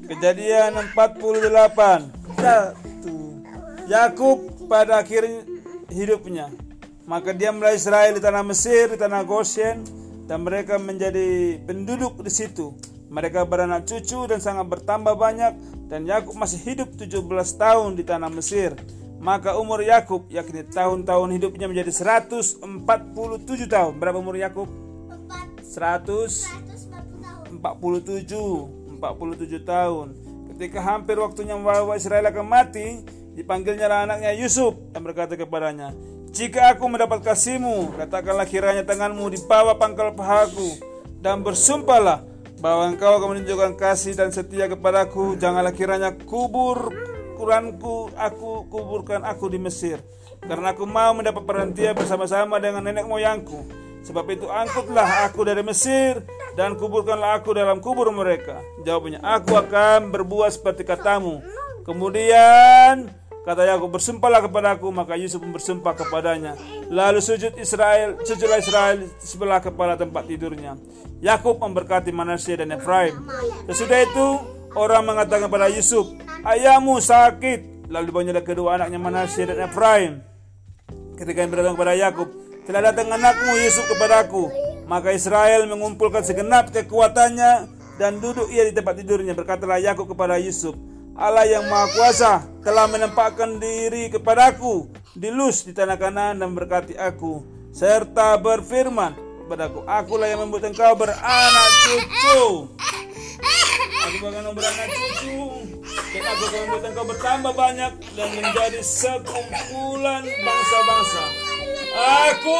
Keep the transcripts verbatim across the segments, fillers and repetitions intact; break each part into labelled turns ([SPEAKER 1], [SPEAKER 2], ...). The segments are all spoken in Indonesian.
[SPEAKER 1] Kejadian empat puluh delapan. Satu. Yakub pada akhir hidupnya, maka dia mulai Israel di tanah Mesir, di tanah Goshen, dan mereka menjadi penduduk di situ. Mereka beranak cucu dan sangat bertambah banyak, dan Yakub masih hidup tujuh belas tahun di tanah Mesir. Maka umur Yakub, yakni tahun-tahun hidupnya, menjadi seratus empat puluh tujuh tahun. Berapa umur Yakub? seratus empat puluh tujuh tahun. Ketika hampir waktunya membawa Israel akan mati, dipanggilnya anaknya Yusuf dan berkata kepadanya, "Jika aku mendapat kasihmu, katakanlah kiranya tanganmu di bawah pangkal pahaku, dan bersumpahlah bahwa engkau akan menunjukkan kasih dan setia kepadaku. Janganlah kiranya kubur kuranku aku kuburkan aku di Mesir, karena aku mau mendapat perhentian bersama-sama dengan nenek moyangku. Sebab itu angkutlah aku dari Mesir dan kuburkanlah aku dalam kubur mereka." Jawabnya, "Aku akan berbuat seperti katamu." Kemudian kata Yakub, "Bersumpahlah kepadaku." Maka Yusuf bersumpah kepadanya. Lalu sujud Israel, sujudlah Israel sebelah kepala tempat tidurnya. Yakub memberkati Manasye dan Efraim. Sesudah itu orang mengatakan kepada Yusuf, "Ayahmu sakit." Lalu dipanggilnya kedua anaknya Manasye dan Efraim. Ketika yang berdatang kepada Yakub, "Telah datang anakmu Yusuf kepadaku." Maka Israel mengumpulkan segenap kekuatannya dan duduk ia di tempat tidurnya. Berkatalah Yakub kepada Yusuf, "Allah yang Maha Kuasa telah menempatkan diri kepadaku di Luz di tanah Kanaan dan berkati aku, serta berfirman kepadaku, akulah yang membuat engkau beranak cucu. Aku akan beranak cucu, dan aku akan membuat engkau bertambah banyak dan menjadi sekumpulan bangsa-bangsa. Aku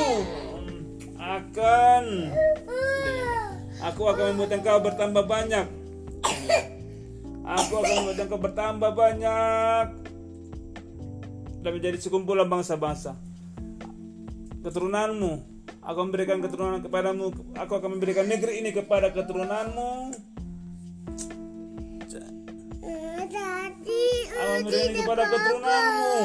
[SPEAKER 1] akan Aku akan membuat engkau bertambah banyak. Aku akan membuat engkau bertambah banyak dan menjadi sekumpulan bangsa-bangsa. Keturunanmu, aku memberikan keturunan kepadamu. Aku akan memberikan negeri ini kepada keturunanmu. Aku memberikan ini kepada keturunanmu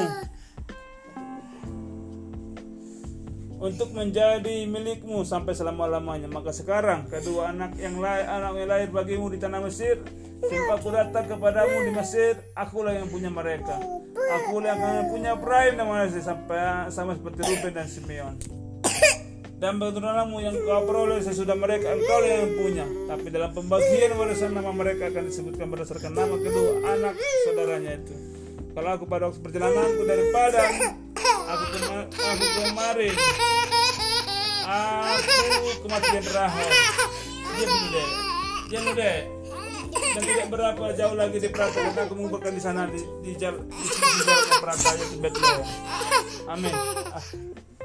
[SPEAKER 1] untuk menjadi milikmu sampai selama-lamanya. Maka sekarang kedua anak yang lain, anak yang lahir bagimu di tanah Mesir, tempat aku datang kepadamu di Mesir, akulah yang punya mereka. Akulah yang akan punya Efraim dan Manasye sampai sama seperti Ruben dan Simeon. Dan keturunanmu yang kau peroleh sesudah mereka, engkau yang punya. Tapi dalam pembagian warisan nama mereka akan disebutkan berdasarkan nama kedua anak saudaranya itu. Kalau aku pada waktu perjalananku dari Padang, aku, kema- aku kemarin, aku kematian Rahel. Dia muda, dia muda, dan tidak berapa jauh lagi di Prata. Karena aku menguburkan di sana di di jalan di jalan Prata yaitu Bethlehem. Amin. Ah.